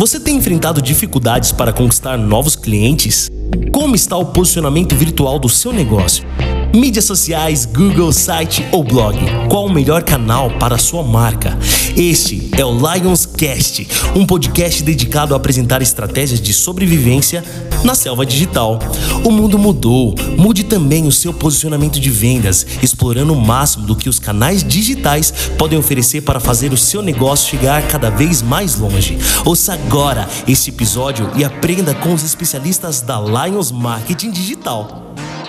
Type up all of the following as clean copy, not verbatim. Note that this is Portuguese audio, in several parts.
Você tem enfrentado dificuldades para conquistar novos clientes? Como está o posicionamento virtual do seu negócio? Mídias sociais, Google, site ou blog? Qual o melhor canal para a sua marca? Este é o LionsCast, um podcast dedicado a apresentar estratégias de sobrevivência na selva digital. O mundo mudou, mude também o seu posicionamento de vendas, explorando o máximo do que os canais digitais podem oferecer para fazer o seu negócio chegar cada vez mais longe. Ouça agora este episódio e aprenda com os especialistas da Lions Marketing Digital.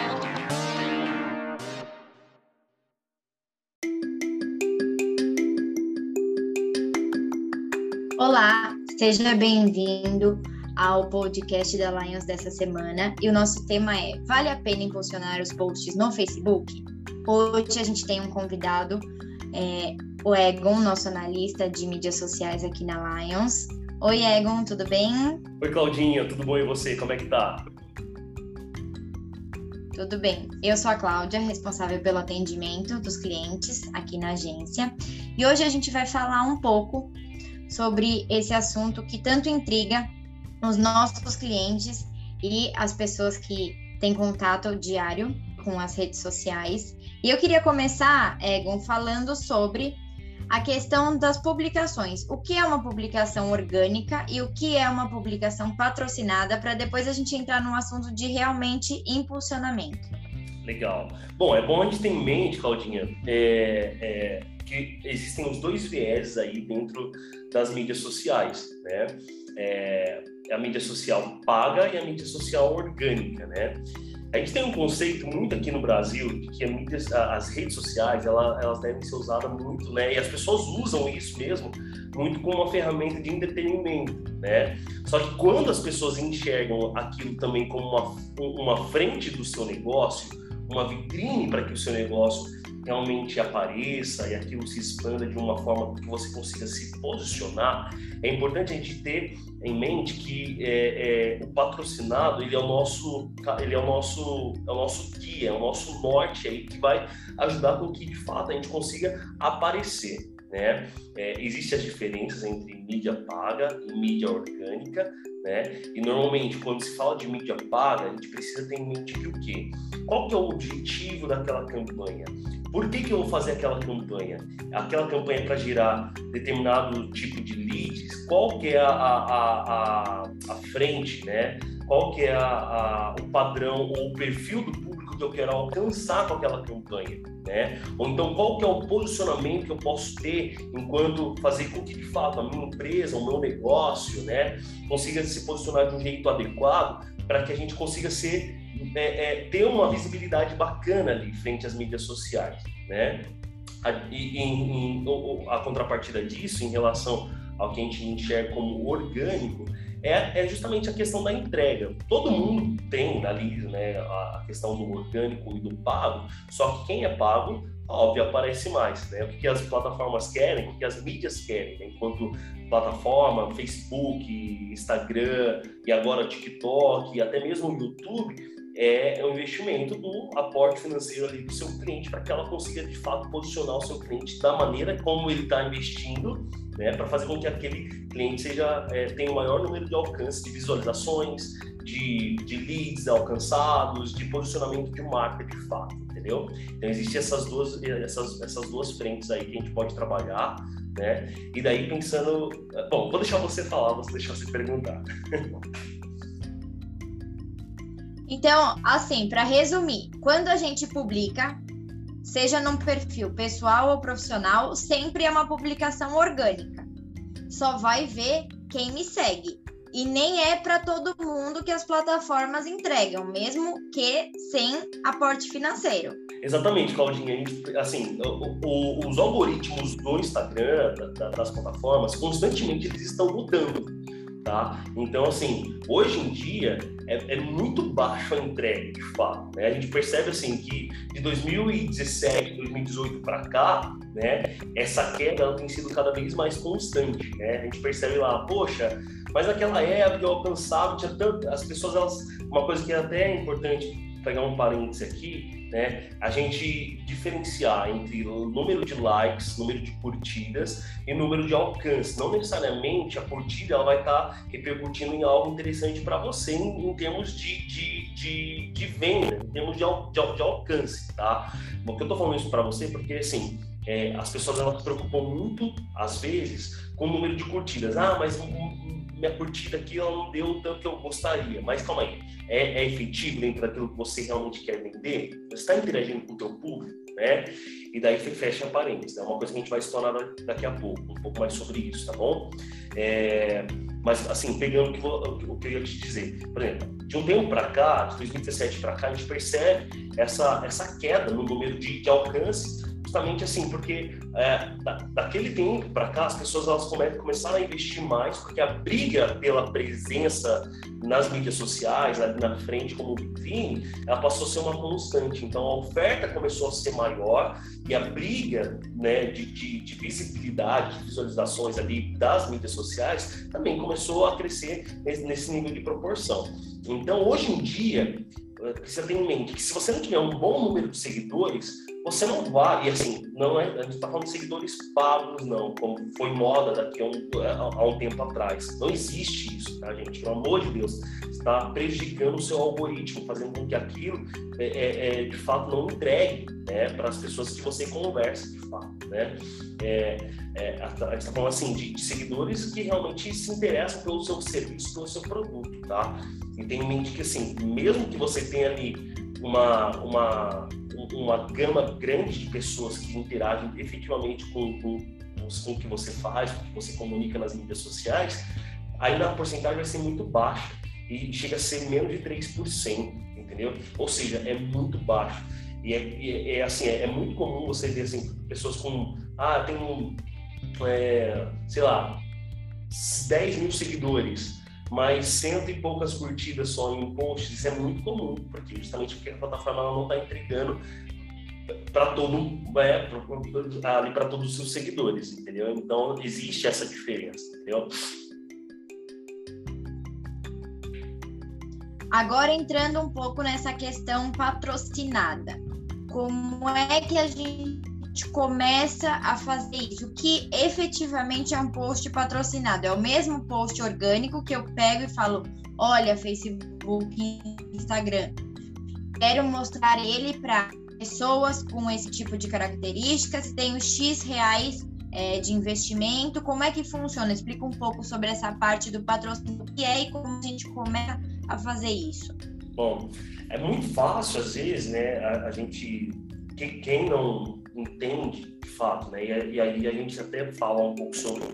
Olá, seja bem-vindo ao podcast da Lions dessa semana. E o nosso tema é: vale a pena impulsionar os posts no Facebook? Hoje a gente tem um convidado, o Egon, nosso analista de mídias sociais aqui na Lions. Oi, Egon, tudo bem? Oi, Claudinha, tudo bom e você? Como é que tá? Tudo bem. Eu sou a Cláudia, responsável pelo atendimento dos clientes aqui na agência. E hoje a gente vai falar um pouco sobre esse assunto que tanto intriga os nossos clientes e as pessoas que têm contato diário com as redes sociais. E eu queria começar, Egon, falando sobre a questão das publicações. O que é uma publicação orgânica e o que é uma publicação patrocinada, para depois a gente entrar num assunto de realmente impulsionamento. Legal. Bom, é bom a gente ter em mente, Claudinha, que existem os dois viés aí dentro das mídias sociais, né? A mídia social paga e a mídia social orgânica, né? A gente tem um conceito muito aqui no Brasil de que as redes sociais, elas devem ser usadas muito, né? E as pessoas usam isso mesmo muito como uma ferramenta de entretenimento, né? Só que quando as pessoas enxergam aquilo também como uma frente do seu negócio, uma vitrine para que o seu negócio realmente apareça e aquilo se expanda de uma forma que você consiga se posicionar, é importante a gente ter em mente que o patrocinado, ele é o nosso guia, é o nosso norte aí, que vai ajudar com que de fato a gente consiga aparecer, né? Existem as diferenças entre mídia paga e mídia orgânica, né? E normalmente quando se fala de mídia paga, a gente precisa ter em mente que o quê? Qual que é o objetivo daquela campanha? Por que eu vou fazer aquela campanha? Aquela campanha é para gerar determinado tipo de leads? Qual que é a frente, né? Qual que é o padrão ou o perfil do público que eu quero alcançar com aquela campanha, né? Ou então, qual que é o posicionamento que eu posso ter enquanto fazer com que, de fato, a minha empresa, o meu negócio, né, consiga se posicionar de um jeito adequado para que a gente consiga ter uma visibilidade bacana ali frente às mídias sociais, né? A contrapartida disso, em relação ao que a gente enxerga como orgânico, é justamente a questão da entrega. Todo mundo tem ali, né, a questão do orgânico e do pago, só que quem é pago, óbvio, aparece mais, né? O que as plataformas querem, o que as mídias querem, né? Enquanto plataforma, Facebook, Instagram e agora TikTok e até mesmo o YouTube, é um investimento do aporte financeiro ali do seu cliente para que ela consiga de fato posicionar o seu cliente da maneira como ele está investindo, né, para fazer com que aquele cliente tenha o maior número de alcance de visualizações, de leads alcançados, de posicionamento de marca de fato, entendeu? Então existem essas duas frentes aí que a gente pode trabalhar, né? E daí pensando, bom, vou deixar você falar, vou deixar você perguntar. Então, assim, para resumir, quando a gente publica, seja num perfil pessoal ou profissional, sempre é uma publicação orgânica. Só vai ver quem me segue. E nem é para todo mundo que as plataformas entregam, mesmo que sem aporte financeiro. Exatamente, Claudinha. Assim, os algoritmos do Instagram, das plataformas, constantemente eles estão mudando. Tá? Então, assim, hoje em dia é muito baixo a entrega, de fato, né? A gente percebe, assim, que de 2017, 2018 para cá, né, essa queda ela tem sido cada vez mais constante, né? A gente percebe lá, poxa, mas naquela época eu alcançava, tinha tanto, as pessoas, uma coisa que é até importante pegar um parêntese aqui, né, a gente diferenciar entre o número de likes, número de curtidas e número de alcance. Não necessariamente a curtida ela vai estar repercutindo em algo interessante para você em termos de venda, em termos de alcance, tá? Por que eu tô falando isso para você? Porque, assim, as pessoas elas se preocupam muito, às vezes, com o número de curtidas. Mas minha curtida aqui ela não deu o tanto que eu gostaria. Mas calma aí, é efetivo dentro daquilo que você realmente quer vender? Você está interagindo com o teu público, né? E daí fecha parênteses. É uma coisa que a gente vai explorar daqui a pouco, um pouco mais sobre isso, tá bom? Mas, assim, pegando o que eu ia te dizer, por exemplo, de um tempo para cá, de 2017 para cá, a gente percebe essa queda no número de alcance, justamente assim, porque daquele tempo para cá, as pessoas elas começaram a investir mais, porque a briga pela presença nas mídias sociais, ali na frente como vitrine, ela passou a ser uma constante. Então, a oferta começou a ser maior e a briga, né, de visibilidade, de visualizações ali das mídias sociais também começou a crescer nesse nível de proporção. Então, hoje em dia, precisa ter em mente que se você não tiver um bom número de seguidores, você não vai, e assim, a gente está falando de seguidores pagos, não, como foi moda daqui a um tempo atrás. Não existe isso, tá, gente? Pelo amor de Deus, você está prejudicando o seu algoritmo, fazendo com que aquilo, de fato, não entregue, né, para as pessoas que você conversa, de fato, né? A gente está falando, assim, de seguidores que realmente se interessam pelo seu serviço, pelo seu produto, tá? E tem em mente que, assim, mesmo que você tenha ali uma gama grande de pessoas que interagem efetivamente com o que você faz, com o que você comunica nas mídias sociais, ainda a porcentagem vai ser muito baixa e chega a ser menos de 3%, entendeu? Ou seja, é muito baixo. E assim, é muito comum você ver assim, pessoas com, tem sei lá, 10 mil seguidores, mas 100 e poucas curtidas só em posts. Isso é muito comum, porque justamente porque a plataforma ela não está entregando para ali para todos os seus seguidores, entendeu? Então existe essa diferença, entendeu? Agora entrando um pouco nessa questão patrocinada, como é que a gente começa a fazer isso? O que efetivamente é um post patrocinado? É o mesmo post orgânico que eu pego e falo, olha, Facebook, Instagram, quero mostrar ele para pessoas com esse tipo de características, tenho X reais de investimento, como é que funciona? Explica um pouco sobre essa parte do patrocínio, o que é e como a gente começa a fazer isso. Bom, é muito fácil às vezes, né, a gente, quem não entende de fato, né, e aí a gente até fala um pouco sobre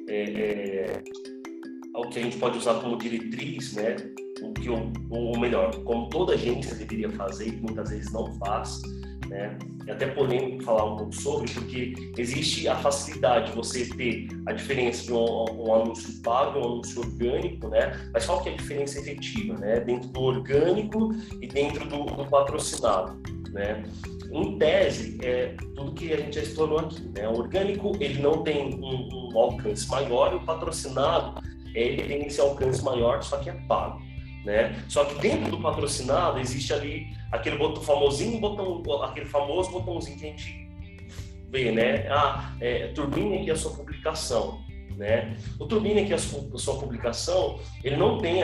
o que a gente pode usar como diretriz, né, ou melhor, como toda agência deveria fazer e muitas vezes não faz, né? É até polêmico falar um pouco sobre, porque existe a facilidade de você ter a diferença de um anúncio pago e um anúncio orgânico, né? Mas qual que é a diferença efetiva, né? Dentro do orgânico e dentro do patrocinado, né? Em tese, tudo que a gente já explorou aqui, né? O orgânico, ele não tem um alcance maior, e o patrocinado, ele tem esse alcance maior, só que é pago, né? Só que dentro do patrocinado existe ali aquele aquele famoso botãozinho que a gente vê, né? Turbine aqui a sua publicação, né? O turbine aqui a sua publicação, ele não tem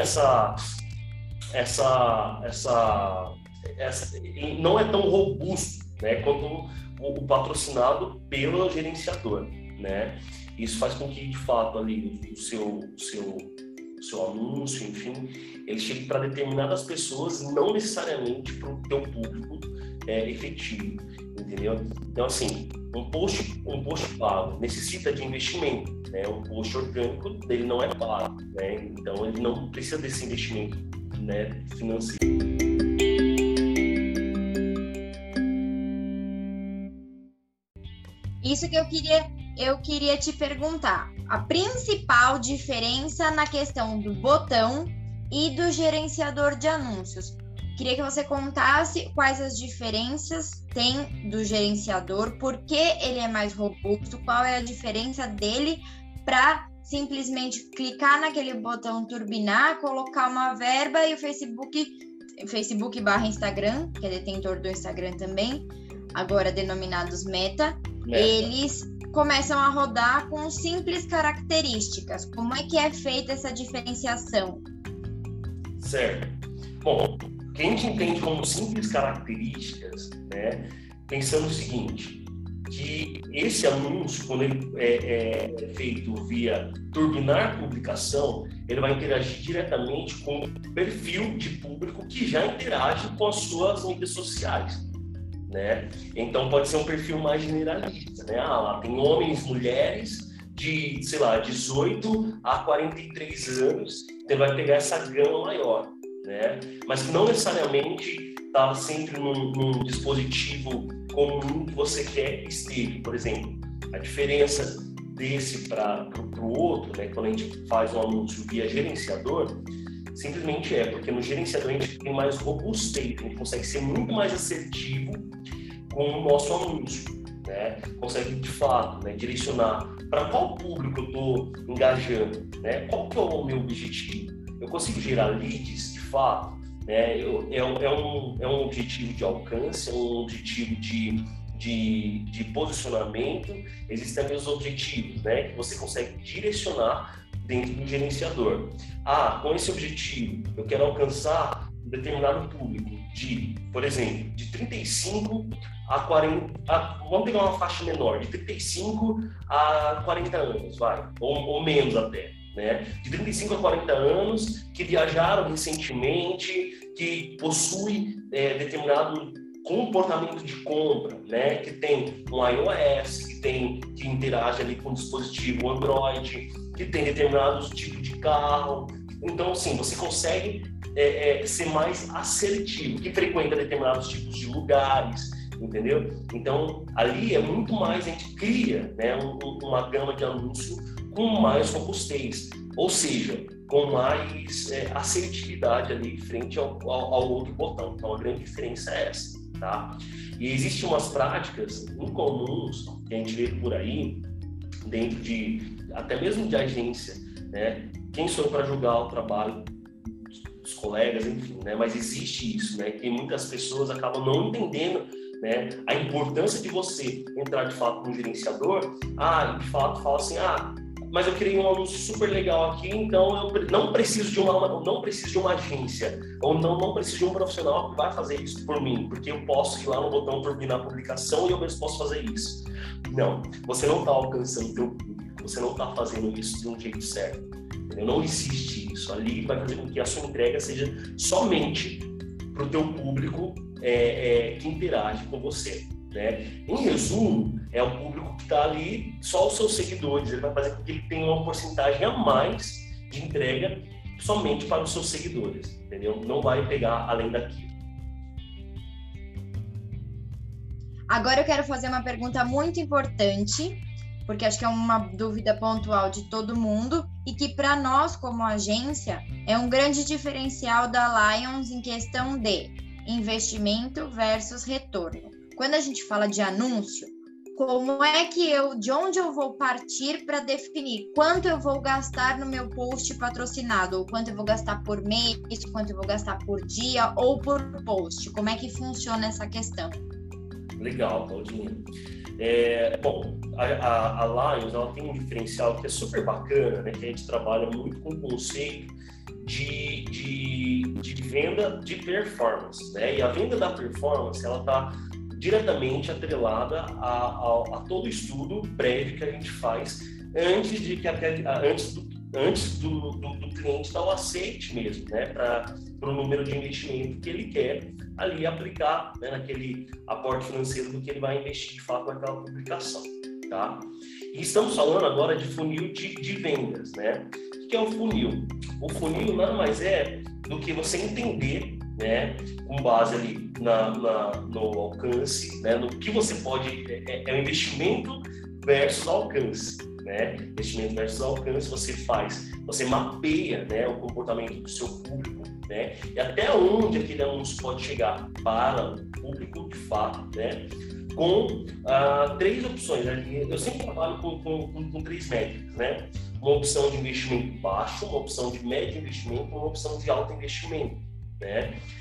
ele não é tão robusto, né, quanto o patrocinado pelo gerenciador, né? Isso faz com que, de fato, ali o seu anúncio, enfim, ele chegue para determinadas pessoas, não necessariamente para o teu público efetivo, entendeu? Então, assim, um post pago necessita de investimento, né? Um post orgânico dele não é pago, né? Então ele não precisa desse investimento, né, financeiro. Isso que eu queria te perguntar. A principal diferença na questão do botão e do gerenciador de anúncios. Queria que você contasse quais as diferenças tem do gerenciador, por que ele é mais robusto, qual é a diferença dele para simplesmente clicar naquele botão turbinar, colocar uma verba e o Facebook Facebook/Instagram, que é detentor do Instagram também, agora denominados Meta, eles começam a rodar com simples características. Como é que é feita essa diferenciação? Certo. Bom, o que a gente entende como simples características, né, pensando o seguinte, que esse anúncio, quando ele é feito via turbinar publicação, ele vai interagir diretamente com o perfil de público que já interage com as suas mídias sociais, né? Então pode ser um perfil mais generalista, né? Lá tem homens, mulheres de, sei lá, 18 a 43 anos, então vai pegar essa gama maior, né? Mas que não necessariamente está sempre num dispositivo comum que você quer que esteja. Por exemplo, a diferença desse para o outro, né, quando a gente faz um anúncio via gerenciador, simplesmente porque no gerenciador a gente tem mais robustez, a gente consegue ser muito mais assertivo com o nosso anúncio, né? Consegue, de fato, né, direcionar para qual público eu estou engajando, né? Qual que é o meu objetivo? Eu consigo gerar leads, de fato, né? É um objetivo de alcance, é um objetivo de posicionamento. Existem também os objetivos, né, que você consegue direcionar dentro do gerenciador. Com esse objetivo, eu quero alcançar um determinado público de, por exemplo, de 35 a 40, vamos pegar uma faixa menor, de 35 a 40 anos, ou menos até, né? De 35 a 40 anos, que viajaram recentemente, que possui determinado comportamento de compra, né? Que tem um iOS, que interage ali com o dispositivo Android, que tem determinados tipos de carro. Então, assim, você consegue ser mais assertivo, que frequenta determinados tipos de lugares, entendeu? Então, ali é muito mais, a gente cria, né, uma gama de anúncio com mais robustez, ou seja, com mais assertividade ali frente ao outro botão. Então, a grande diferença é essa, tá? E existem umas práticas incomuns que a gente vê por aí, dentro até mesmo de agência, né? Quem sou eu para julgar o trabalho dos colegas, enfim, né? Mas existe isso, né? Que muitas pessoas acabam não entendendo, né, a importância de você entrar de fato no gerenciador, e de fato fala assim, mas eu criei um anúncio super legal aqui, então eu não preciso de uma agência, ou não preciso de um profissional que vai fazer isso por mim, porque eu posso ir lá no botão turbinar a publicação e eu mesmo posso fazer isso. Não, você não está alcançando o teu público, você não está fazendo isso de um jeito certo, entendeu? Não existe isso. Ali vai fazer com que a sua entrega seja somente para o teu público que interage com você, né? Em resumo, é o público que está ali, só os seus seguidores. Ele vai fazer com que ele tenha uma porcentagem a mais de entrega somente para os seus seguidores, entendeu? Não vai pegar além daquilo. Agora eu quero fazer uma pergunta muito importante, porque acho que é uma dúvida pontual de todo mundo e que para nós como agência é um grande diferencial da Lions em questão de investimento versus retorno. Quando a gente fala de anúncio, como é que de onde eu vou partir para definir quanto eu vou gastar no meu post patrocinado, ou quanto eu vou gastar por mês, quanto eu vou gastar por dia ou por post? Como é que funciona essa questão? Legal, Claudinha. Bom, a Lions, ela tem um diferencial que é super bacana, né? Que a gente trabalha muito com o conceito de venda de performance, né? E a venda da performance, ela está diretamente atrelada a todo estudo prévio que a gente faz antes do cliente dar o aceite mesmo, né? Para o número de investimento que ele quer ali aplicar, né, naquele aporte financeiro do que ele vai investir de fato naquela publicação, tá? E estamos falando agora de funil de vendas, né? O que é o funil? O funil nada mais é do que você entender, né, com base ali no alcance, né, no que você pode, é o investimento versus alcance, né? Investimento versus alcance, você mapeia, né, o comportamento do seu público, né, e até onde aquele anúncio pode chegar para o público de fato, né, com 3 opções. Eu sempre trabalho com 3 métricas, né? Uma opção de investimento baixo, uma opção de médio investimento, uma opção de alto investimento, né?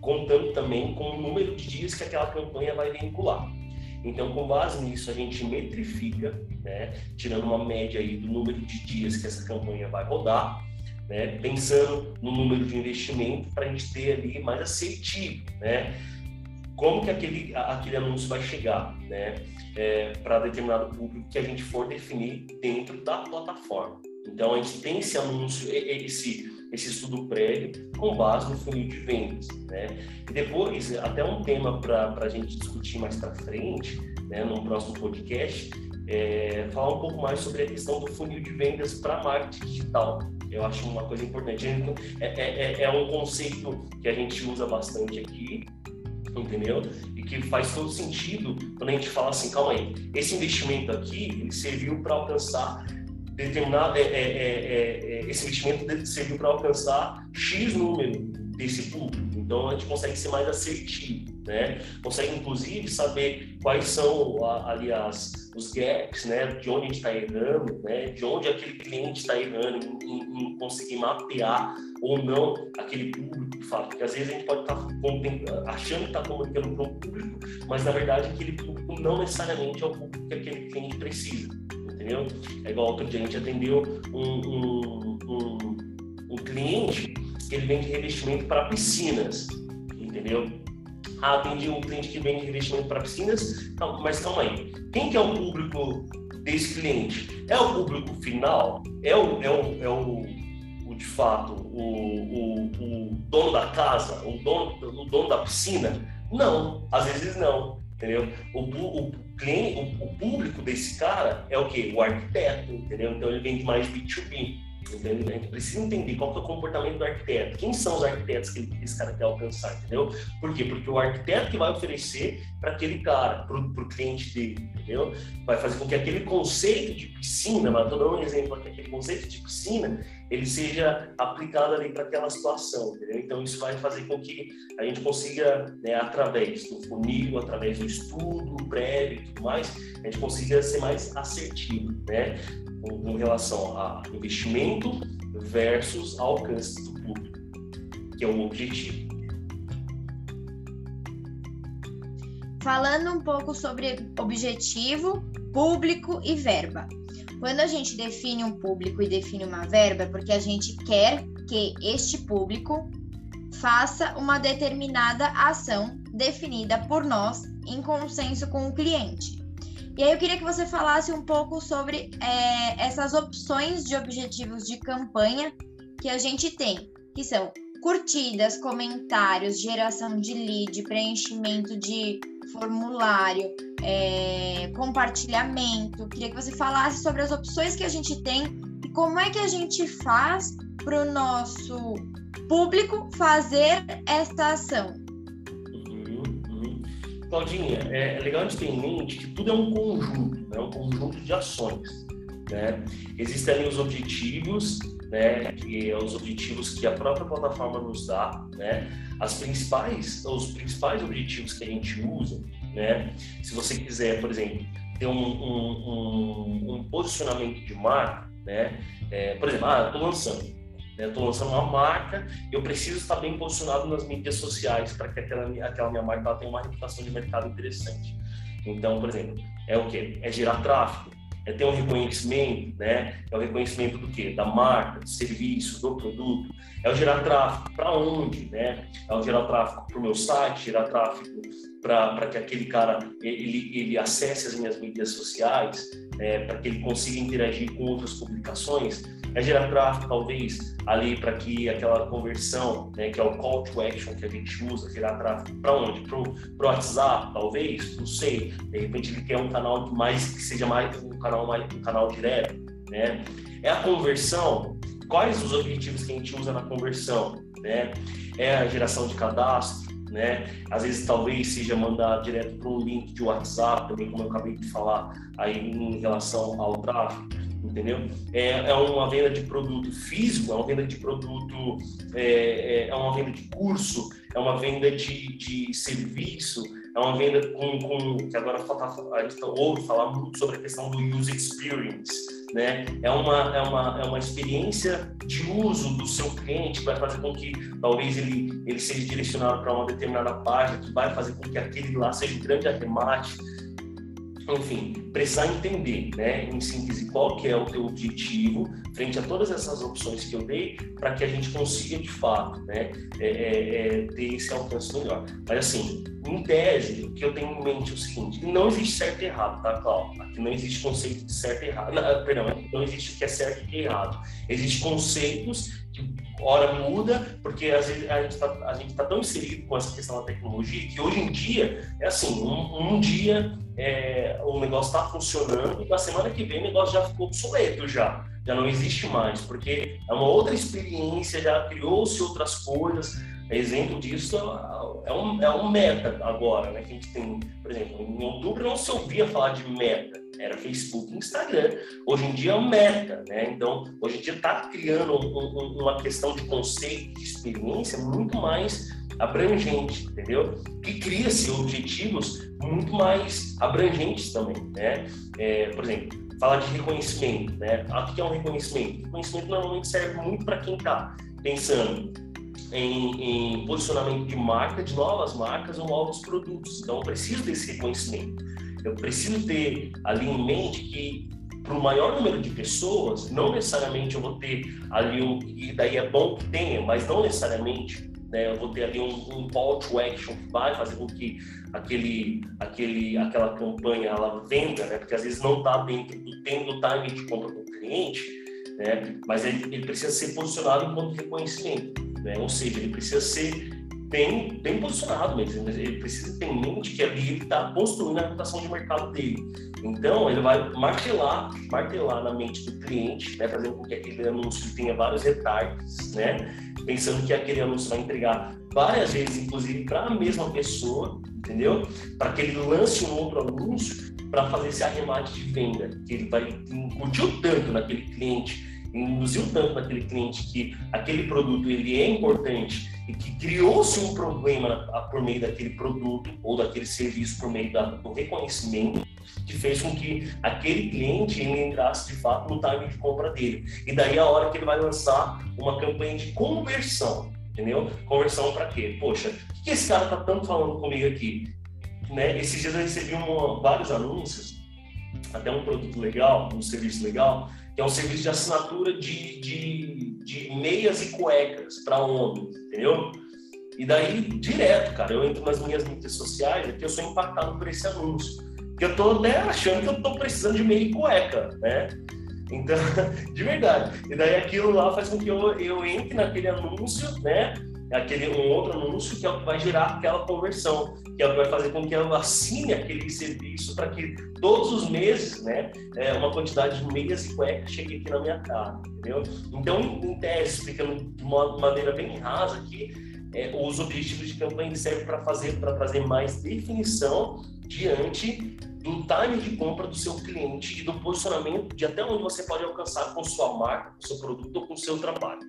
contando também com o número de dias que aquela campanha vai vincular. Então, com base nisso, a gente metrifica, né, tirando uma média aí do número de dias que essa campanha vai rodar, né, pensando no número de investimento para a gente ter ali mais assertivo, né, como que aquele anúncio vai chegar, né, para determinado público que a gente for definir dentro da plataforma. Então, a gente tem esse anúncio, esse estudo prévio com base no funil de vendas, né? E depois, até um tema para a gente discutir mais para frente, né, num próximo podcast, falar um pouco mais sobre a questão do funil de vendas para marketing digital. Eu acho uma coisa importante. É um conceito que a gente usa bastante aqui, entendeu? E que faz todo sentido quando a gente fala assim, calma aí, esse investimento aqui, ele serviu para alcançar determinado, esse investimento serviu para alcançar X número desse público. Então, a gente consegue ser mais assertivo, né? Consegue, inclusive, saber quais são ali os gaps, né? De onde a gente está errando, né? De onde aquele cliente está errando em conseguir mapear ou não aquele público, de fato. Porque, às vezes, a gente pode estar achando que está comunicando para um público, mas, na verdade, aquele público não necessariamente é o público que aquele cliente precisa. Entendeu? É igual outro dia a gente atendeu um cliente que ele vende revestimento para piscinas, entendeu? Atendi um cliente que vende revestimento para piscinas, mas calma aí, quem que é o público desse cliente? É o público final? É o de fato, o dono da casa, o dono da piscina? Não, às vezes não. Entendeu? O público desse cara é o quê? O arquiteto, entendeu? Então ele vende mais B2B, entendeu? A gente precisa entender qual que é o comportamento do arquiteto, quem são os arquitetos que esse cara quer alcançar, entendeu? Por quê? Porque o arquiteto que vai oferecer para aquele cara, para o cliente dele, entendeu? Vai fazer com que aquele conceito de piscina, mas estou dando um exemplo aqui, aquele conceito de piscina, ele seja aplicado ali para aquela situação, entendeu? Então isso vai fazer com que a gente consiga, né, através do funil, através do estudo prévio e tudo mais, a gente consiga ser mais assertivo, né, com relação a investimento versus alcance do público, que é o objetivo. Falando um pouco sobre objetivo, público e verba. Quando a gente define um público e define uma verba, é porque a gente quer que este público faça uma determinada ação definida por nós em consenso com o cliente. E aí eu queria que você falasse um pouco sobre essas opções de objetivos de campanha que a gente tem, que são curtidas, comentários, geração de lead, preenchimento de formulário, compartilhamento. Queria que você falasse sobre as opções que a gente tem e como é que a gente faz para o nosso público fazer esta ação. Claudinha, é legal a gente ter em mente que tudo é um conjunto, né? Um conjunto de ações, né? Existem ali os objetivos, né? Que é os objetivos que a própria plataforma nos dá, né? Os principais objetivos que a gente usa, né? Se você quiser, por exemplo, ter um posicionamento de marca, né? Por exemplo, estou lançando uma marca, eu preciso estar bem posicionado nas mídias sociais para que aquela minha marca ela tenha uma reputação de mercado interessante. Então, por exemplo, é o quê? É gerar tráfego, é ter um reconhecimento, né? É o reconhecimento do quê? Da marca, do serviço, do produto. É o gerar tráfego para onde, né? É o gerar tráfego para o meu site, gerar tráfego para que aquele cara ele acesse as minhas mídias sociais, para que ele consiga interagir com outras publicações. É gerar tráfego, talvez, ali para que aquela conversão, né, que é o call to action que a gente usa, gerar tráfego para onde? Para o WhatsApp, talvez? Não sei. De repente ele quer um canal que seja mais um canal direto, né? É a conversão. Quais os objetivos que a gente usa na conversão, né? É a geração de cadastro, né? Às vezes talvez seja mandar direto para um link de WhatsApp, também como eu acabei de falar aí em relação ao tráfego, entendeu? É uma venda de produto físico, é uma venda de produto, é uma venda de curso, é uma venda de serviço, é uma venda que agora a gente ouve falar muito sobre a questão do user experience, né? É uma experiência de uso do seu cliente que vai fazer com que talvez ele seja direcionado para uma determinada página, que vai fazer com que aquele lá seja um grande arremate. Enfim, precisar entender, né, em síntese, qual que é o teu objetivo frente a todas essas opções que eu dei, para que a gente consiga, de fato, né, ter esse alcance melhor. Mas, assim, em tese, o que eu tenho em mente é o seguinte: não existe certo e errado, tá, Cláudio? Aqui não existe conceito de certo e errado. Não existe o que é certo e o que é errado. Existem conceitos que hora muda, porque às vezes a gente tá tão inserido com essa questão da tecnologia que hoje em dia é assim, um dia o negócio está funcionando e na semana que vem o negócio já ficou obsoleto, já não existe mais, porque é uma outra experiência, já criou-se outras coisas. Exemplo disso é um meta agora, né, que a gente tem. Por exemplo, em outubro não se ouvia falar de meta, era Facebook e Instagram. Hoje em dia é um meta, né? Então, hoje em dia está criando uma questão de conceito, de experiência muito mais abrangente, entendeu? Que cria-se objetivos muito mais abrangentes também, né? Por exemplo, falar de reconhecimento, né? O que é um reconhecimento? Reconhecimento normalmente serve muito para quem está pensando em posicionamento de marca, de novas marcas ou novos produtos. Então, eu preciso desse reconhecimento. Eu preciso ter ali em mente que, para o maior número de pessoas, não necessariamente eu vou ter ali e daí é bom que tenha, mas não necessariamente, né, eu vou ter ali um call to action que vai fazer com que aquela campanha ela venda, né, porque às vezes não está dentro do tempo, do time de compra do cliente, né, mas ele precisa ser posicionado enquanto reconhecimento, né, ou seja, ele precisa ser bem posicionado mesmo, ele precisa ter em mente que ali ele está construindo a reputação de mercado dele. Então, ele vai martelar na mente do cliente, né, fazendo com que aquele anúncio tenha vários retargets, né, pensando que aquele anúncio vai entregar várias vezes, inclusive, para a mesma pessoa, entendeu? Para que ele lance um outro anúncio para fazer esse arremate de venda, que ele vai curtir tanto naquele cliente, induziu tanto naquele cliente que aquele produto ele é importante e que criou-se um problema por meio daquele produto ou daquele serviço por meio do reconhecimento, que fez com que aquele cliente ele entrasse de fato no time de compra dele. E daí a hora que ele vai lançar uma campanha de conversão, entendeu? Conversão para quê? Poxa, o que esse cara tá tanto falando comigo aqui? Né? Esses dias eu recebi vários anúncios, até um produto legal, um serviço legal, que é um serviço de assinatura de meias e cuecas para homens, entendeu? E daí, direto, cara, eu entro nas minhas mídias sociais e eu sou impactado por esse anúncio. Que eu tô, né, achando que eu tô precisando de meia e cueca, né? Então, de verdade. E daí aquilo lá faz com que eu entre naquele anúncio, né? Um outro anúncio que é o que vai gerar aquela conversão, que é o que vai fazer com que eu assine aquele serviço para que todos os meses, né, uma quantidade de meias e cuecas chegue aqui na minha casa, entendeu? Então, em tese, explicando de uma maneira bem rasa aqui, os objetivos de campanha servem para trazer mais definição diante do time de compra do seu cliente e do posicionamento de até onde você pode alcançar com sua marca, com seu produto ou com o seu trabalho.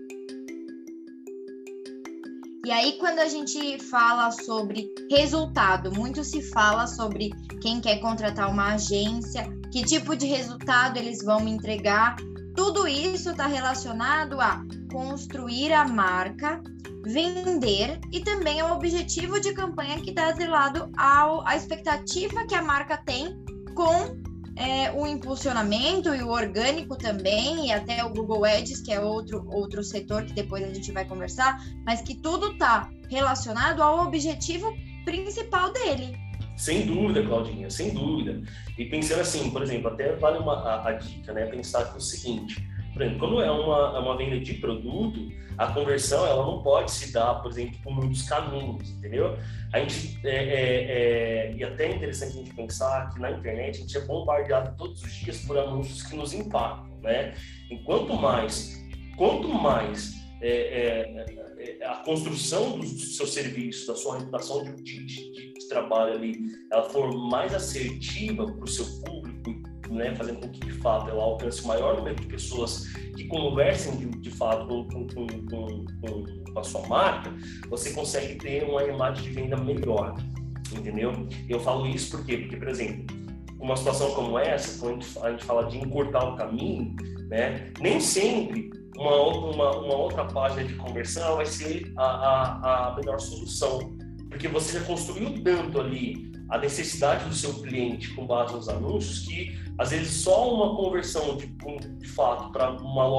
E aí, quando a gente fala sobre resultado, muito se fala sobre quem quer contratar uma agência, que tipo de resultado eles vão me entregar. Tudo isso está relacionado a construir a marca, vender e também ao objetivo de campanha que está atrelado à expectativa que a marca tem com o impulsionamento e o orgânico também, e até o Google Ads, que é outro setor que depois a gente vai conversar, mas que tudo está relacionado ao objetivo principal dele. Sem dúvida, Claudinha, sem dúvida. E pensando assim, por exemplo, até vale a dica, né? Pensar que é o seguinte, por exemplo, quando é uma venda de produto, a conversão ela não pode se dar, por exemplo, por muitos caminhos, entendeu? A gente, e até é interessante a gente pensar que na internet a gente é bombardeado todos os dias por anúncios que nos impactam, né? E quanto mais a construção do seu serviço, da sua reputação de trabalho ali, ela for mais assertiva para o seu público, né, fazendo com que de fato ela alcance o maior número de pessoas que conversem de fato com a sua marca, você consegue ter um arremate de venda melhor, entendeu? Eu falo isso porque, por exemplo, uma situação como essa, quando a gente fala de encurtar o caminho, né, nem sempre uma outra página de conversão vai ser a melhor solução, porque você já construiu tanto ali a necessidade do seu cliente com base nos anúncios que, às vezes, só uma conversão de fato para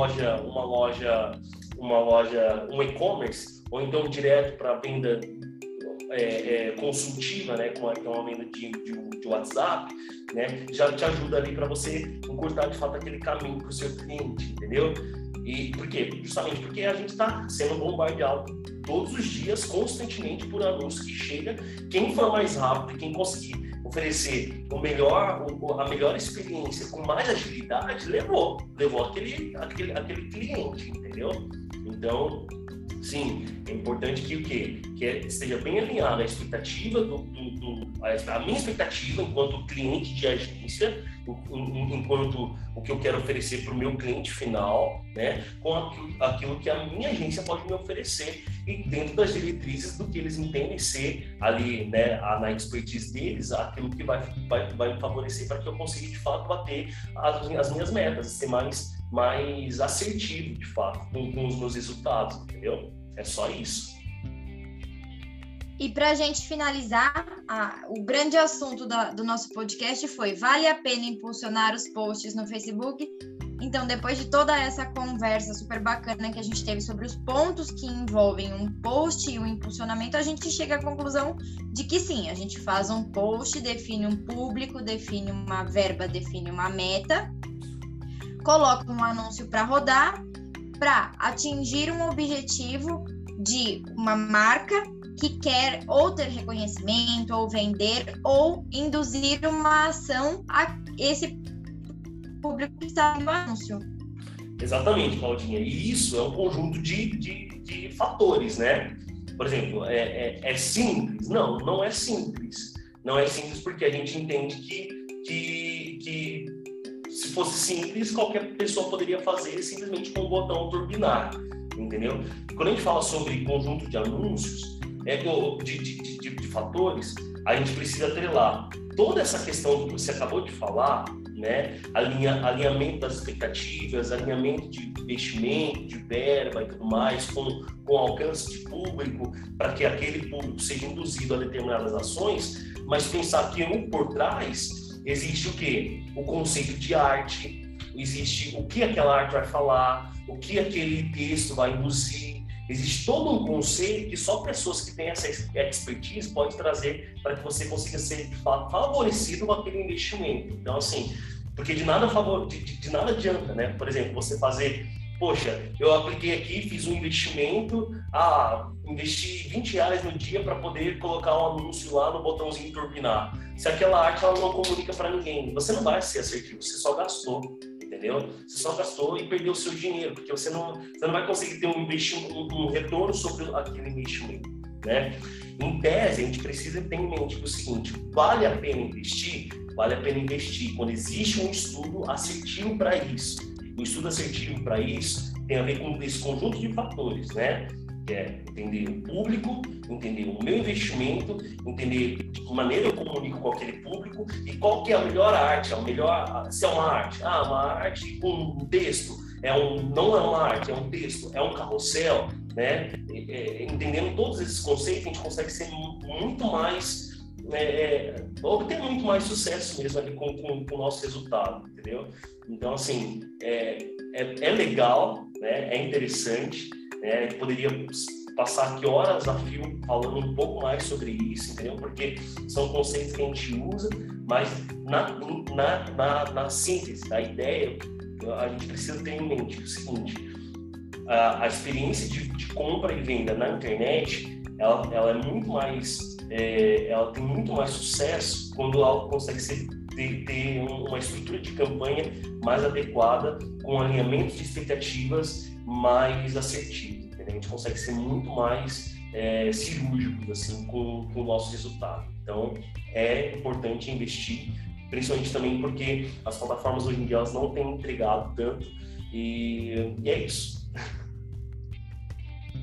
um e-commerce, ou então direto para a venda consultiva, né, que é uma venda de WhatsApp, né, já te ajuda ali para você encurtar de fato aquele caminho para o seu cliente, entendeu? E por quê? Justamente porque a gente está sendo bombardeado todos os dias, constantemente, por anúncios que chega. Quem for mais rápido, quem conseguir oferecer a melhor experiência com mais agilidade, levou aquele cliente, entendeu? Então, sim, é importante que o quê? Que esteja bem alinhada a expectativa a minha expectativa enquanto cliente de agência, enquanto o que eu quero oferecer para o meu cliente final, né, com aquilo que a minha agência pode me oferecer e dentro das diretrizes do que eles entendem ser ali, né, na expertise deles, aquilo que vai me favorecer para que eu consiga de fato bater as minhas metas, ser mais assertivo de fato com os meus resultados, entendeu? É só isso. E para a gente finalizar, o grande assunto do nosso podcast foi: vale a pena impulsionar os posts no Facebook? Então, depois de toda essa conversa super bacana que a gente teve sobre os pontos que envolvem um post e o impulsionamento, a gente chega à conclusão de que sim, a gente faz um post, define um público, define uma verba, define uma meta, coloca um anúncio para rodar, para atingir um objetivo de uma marca que quer ou ter reconhecimento, ou vender, ou induzir uma ação a esse público que está no anúncio. Exatamente, Claudinha. E isso é um conjunto de fatores, né? Por exemplo, é simples? Não é simples. Não é simples porque a gente entende que se fosse simples, qualquer pessoa poderia fazer simplesmente com um botão turbinar, entendeu? Quando a gente fala sobre conjunto de anúncios, de fatores, a gente precisa atrelar toda essa questão que você acabou de falar, né? Alinhamento das expectativas, alinhamento de investimento, de verba e tudo mais, com alcance de público, para que aquele público seja induzido a determinadas ações, mas pensar que por trás existe o quê? O conceito de arte, existe o que aquela arte vai falar, o que aquele texto vai induzir. Existe todo um conceito que só pessoas que têm essa expertise podem trazer para que você consiga ser, de fato, favorecido com aquele investimento. Então, assim, porque de nada adianta, né? Por exemplo, você fazer, poxa, eu apliquei aqui, fiz um investimento, investi R$20 no dia para poder colocar um anúncio lá no botãozinho turbinar. Se aquela arte ela não comunica para ninguém, você não vai ser assertivo, você só gastou. Entendeu? Você só gastou e perdeu o seu dinheiro, porque você não vai conseguir ter um retorno sobre aquele investimento, né? Em tese, a gente precisa ter em mente o seguinte: vale a pena investir? Vale a pena investir quando existe um estudo assertivo para isso. O estudo assertivo para isso tem a ver com esse conjunto de fatores, né? Que é entender o público, entender o meu investimento, entender de que maneira eu comunico com aquele público e qual que é a melhor arte, se é uma arte. Uma arte com um texto, não é uma arte, é um texto, é um carrossel, né? Entendendo todos esses conceitos, a gente consegue ser muito mais, obter muito mais sucesso mesmo ali com o nosso resultado, entendeu? Então, assim, é legal, né? É interessante. A gente poderia passar aqui horas a fio falando um pouco mais sobre isso, entendeu? Porque são conceitos que a gente usa, mas na síntese da ideia, a gente precisa ter em mente o seguinte: a experiência de compra e venda na internet, ela é muito mais, ela tem muito mais sucesso quando ela consegue ter uma estrutura de campanha mais adequada, com alinhamento de expectativas mais assertivo, entendeu? A gente consegue ser muito mais cirúrgicos assim, com o nosso resultado. Então, é importante investir, principalmente também porque as plataformas hoje em dia elas não têm entregado tanto, e é isso.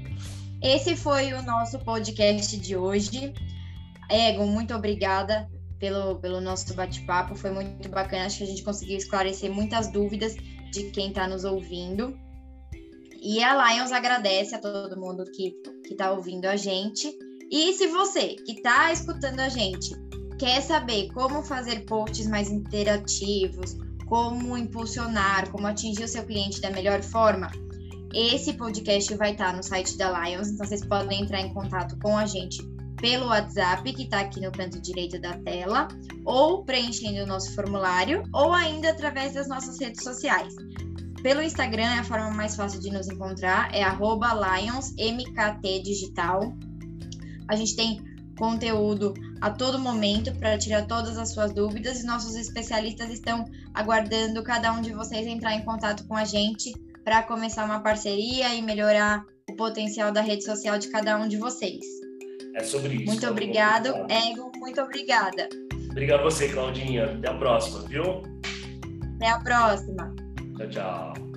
Esse foi o nosso podcast de hoje. Egon, muito obrigada pelo nosso bate-papo, foi muito bacana, acho que a gente conseguiu esclarecer muitas dúvidas de quem está nos ouvindo. E a Lions agradece a todo mundo que está ouvindo a gente. E se você que está escutando a gente quer saber como fazer posts mais interativos, como impulsionar, como atingir o seu cliente da melhor forma, esse podcast vai estar no site da Lions, então vocês podem entrar em contato com a gente pelo WhatsApp, que está aqui no canto direito da tela, ou preenchendo o nosso formulário, ou ainda através das nossas redes sociais. Pelo Instagram é a forma mais fácil de nos encontrar, é @lionsmktdigital. A gente tem conteúdo a todo momento para tirar todas as suas dúvidas e nossos especialistas estão aguardando cada um de vocês entrar em contato com a gente para começar uma parceria e melhorar o potencial da rede social de cada um de vocês. É sobre isso. Muito obrigado, Ego, muito obrigada. Obrigado a você, Claudinha. Até a próxima, viu? Até a próxima. Tchau, tchau.